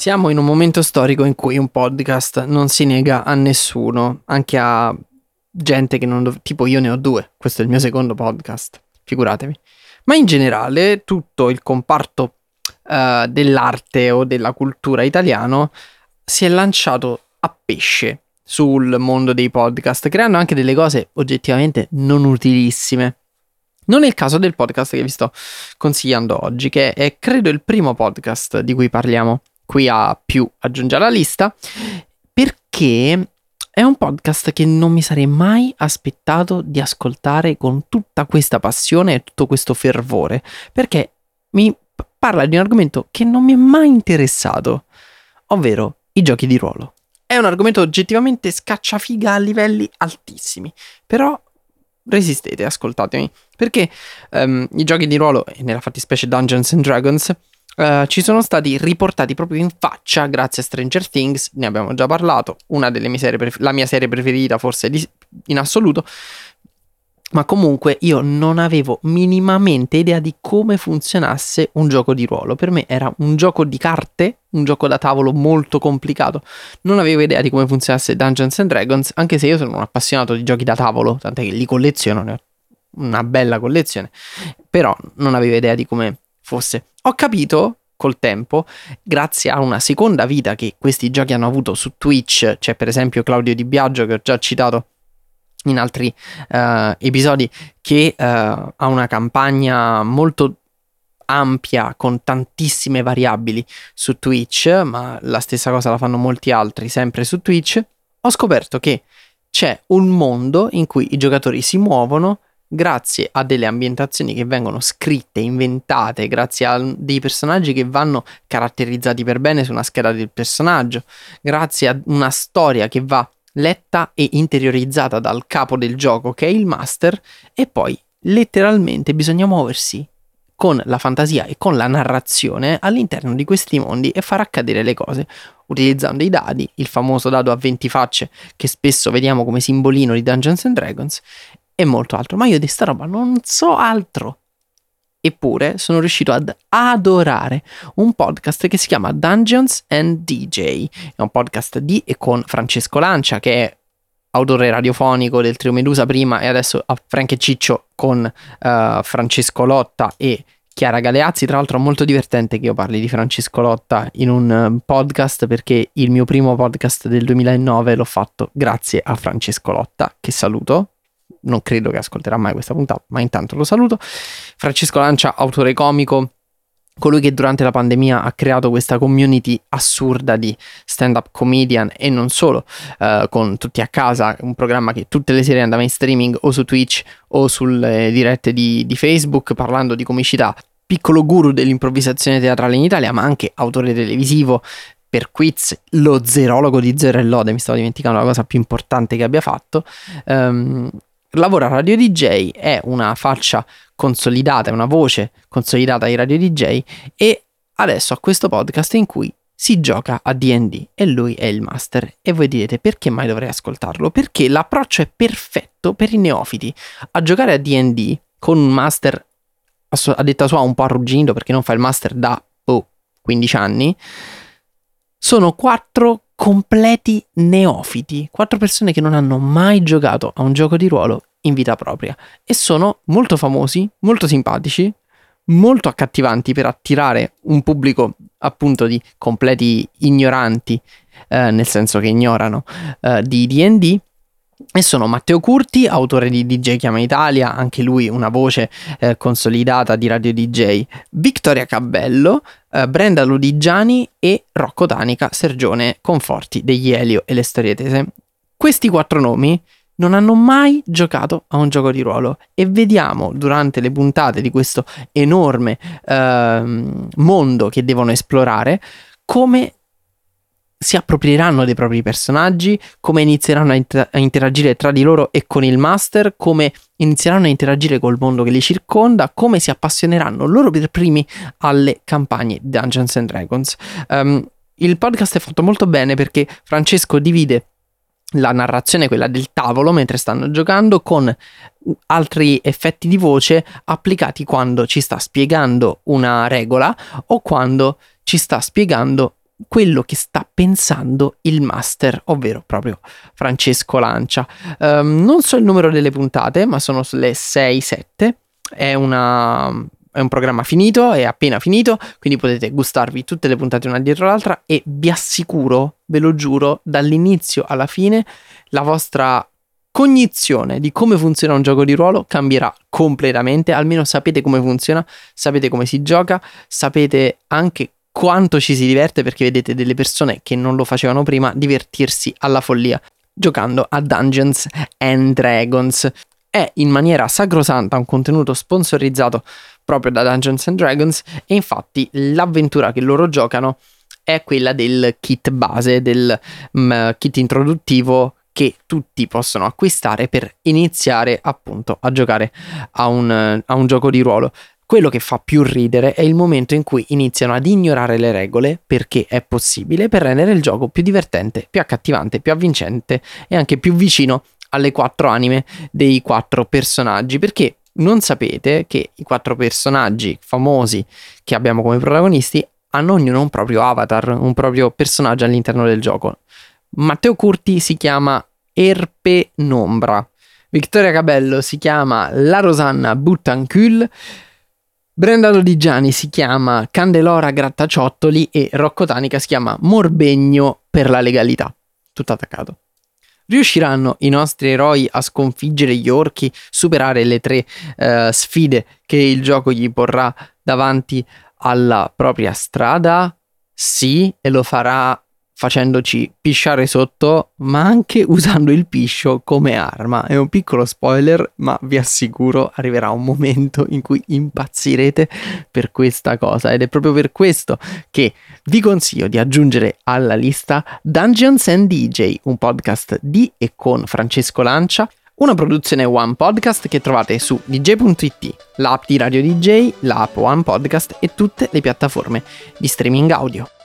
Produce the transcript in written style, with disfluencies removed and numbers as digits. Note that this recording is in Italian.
Siamo in un momento storico in cui un podcast non si nega a nessuno, anche a gente che non tipo io ne ho 2, questo è il mio secondo podcast, figuratevi. Ma in generale tutto il comparto dell'arte o della cultura italiano si è lanciato a pesce sul mondo dei podcast, creando anche delle cose oggettivamente non utilissime. Non è il caso del podcast che vi sto consigliando oggi, che è credo il primo podcast di cui parliamo qui a più aggiunge alla lista, perché è un podcast che non mi sarei mai aspettato di ascoltare con tutta questa passione e tutto questo fervore, perché mi parla di un argomento che non mi è mai interessato, ovvero i giochi di ruolo. È un argomento oggettivamente scacciafiga a livelli altissimi, però resistete, ascoltatemi, perché i giochi di ruolo, e nella fattispecie Dungeons and Dragons, ci sono stati riportati proprio in faccia grazie a Stranger Things, ne abbiamo già parlato, una delle mie serie la mia serie preferita forse in assoluto, ma comunque io non avevo minimamente idea di come funzionasse un gioco di ruolo. Per me era un gioco di carte, un gioco da tavolo molto complicato. Non avevo idea di come funzionasse Dungeons and Dragons, anche se io sono un appassionato di giochi da tavolo, tant'è che li colleziono, ne ho una bella collezione, però non avevo idea di come fosse. Ho capito col tempo, grazie a una seconda vita che questi giochi hanno avuto su Twitch. C'è per esempio Claudio Di Biagio, che ho già citato in altri episodi, che ha una campagna molto ampia con tantissime variabili su Twitch, ma la stessa cosa la fanno molti altri sempre su Twitch. Ho scoperto che c'è un mondo in cui i giocatori si muovono grazie a delle ambientazioni che vengono scritte, inventate, grazie a dei personaggi che vanno caratterizzati per bene su una scheda del personaggio, grazie a una storia che va letta e interiorizzata dal capo del gioco, che è il master, e poi letteralmente bisogna muoversi con la fantasia e con la narrazione all'interno di questi mondi e far accadere le cose utilizzando i dadi, il famoso dado a 20 facce che spesso vediamo come simbolino di Dungeons and Dragons, e molto altro. Ma io di sta roba non so altro. Eppure sono riuscito ad adorare un podcast che si chiama Dungeons and DJ. È un podcast di e con Francesco Lancia, che è autore radiofonico del trio Medusa prima, e adesso a Frank e Ciccio con Francesco Lotta e Chiara Galeazzi. Tra l'altro è molto divertente che io parli di Francesco Lotta in un podcast, perché il mio primo podcast del 2009 l'ho fatto grazie a Francesco Lotta, che saluto. Non credo che ascolterà mai questa puntata, ma intanto lo saluto. Francesco Lancia, autore comico, colui che durante la pandemia ha creato questa community assurda di stand-up comedian e non solo, con Tutti a Casa, un programma che tutte le sere andava in streaming o su Twitch o sulle dirette di Facebook, parlando di comicità. Piccolo guru dell'improvvisazione teatrale in Italia, ma anche autore televisivo per Quiz, lo zerologo di Zero e Lode. Mi stavo dimenticando la cosa più importante che abbia fatto. Lavora a Radio DJ, è una faccia consolidata, è una voce consolidata ai Radio DJ, e adesso ha questo podcast in cui si gioca a D&D e lui è il master. E voi direte: perché mai dovrei ascoltarlo? Perché l'approccio è perfetto per i neofiti. A giocare a D&D con un master, a detta sua un po' arrugginito, perché non fa il master da 15 anni, sono 4 completi neofiti, 4 persone che non hanno mai giocato a un gioco di ruolo in vita propria, e sono molto famosi, molto simpatici, molto accattivanti per attirare un pubblico appunto di completi ignoranti, nel senso che ignorano di D&D. E sono Matteo Curti, autore di DJ Chiama Italia, anche lui una voce consolidata di Radio DJ, Vittoria Cabello, Brenda Lodigiani e Rocco Tanica, Sergione Conforti degli Elio e le Storie Tese. Questi 4 nomi non hanno mai giocato a un gioco di ruolo, e vediamo durante le puntate di questo enorme mondo che devono esplorare come si approprieranno dei propri personaggi, come inizieranno a interagire tra di loro e con il master, come inizieranno a interagire col mondo che li circonda, come si appassioneranno loro per primi alle campagne di Dungeons and Dragons. Il podcast è fatto molto bene perché Francesco divide la narrazione, quella del tavolo mentre stanno giocando, con altri effetti di voce applicati quando ci sta spiegando una regola o quando ci sta spiegando quello che sta pensando il master, ovvero proprio Francesco Lancia. Non so il numero delle puntate, ma sono le 6-7. È un programma finito, è appena finito, quindi potete gustarvi tutte le puntate una dietro l'altra e vi assicuro, ve lo giuro, dall'inizio alla fine la vostra cognizione di come funziona un gioco di ruolo cambierà completamente. Almeno sapete come funziona, sapete come si gioca, sapete anche quanto ci si diverte, perché vedete delle persone che non lo facevano prima divertirsi alla follia giocando a Dungeons and Dragons. È in maniera sacrosanta un contenuto sponsorizzato proprio da Dungeons and Dragons, e infatti l'avventura che loro giocano è quella del kit base, del kit introduttivo che tutti possono acquistare per iniziare appunto a giocare a un gioco di ruolo. Quello che fa più ridere è il momento in cui iniziano ad ignorare le regole, perché è possibile, per rendere il gioco più divertente, più accattivante, più avvincente e anche più vicino alle 4 anime dei 4 personaggi, perché non sapete che i 4 personaggi famosi che abbiamo come protagonisti hanno ognuno un proprio avatar, un proprio personaggio all'interno del gioco. Matteo Curti si chiama Erpe Nombra, Vittoria Cabello si chiama La Rosanna Buttancul, Brenda Lodigiani si chiama Candelora Grattaciottoli e Rocco Tanica si chiama Morbegno per la legalità. Tutto attaccato. Riusciranno i nostri eroi a sconfiggere gli orchi, superare le 3 sfide che il gioco gli porrà davanti alla propria strada? Sì, e lo farà facendoci pisciare sotto, ma anche usando il piscio come arma. È un piccolo spoiler, ma vi assicuro arriverà un momento in cui impazzirete per questa cosa, ed è proprio per questo che vi consiglio di aggiungere alla lista Dungeons and DJ, un podcast di e con Francesco Lancia, una produzione One Podcast che trovate su dj.it, l'app di Radio DJ, l'app One Podcast e tutte le piattaforme di streaming audio.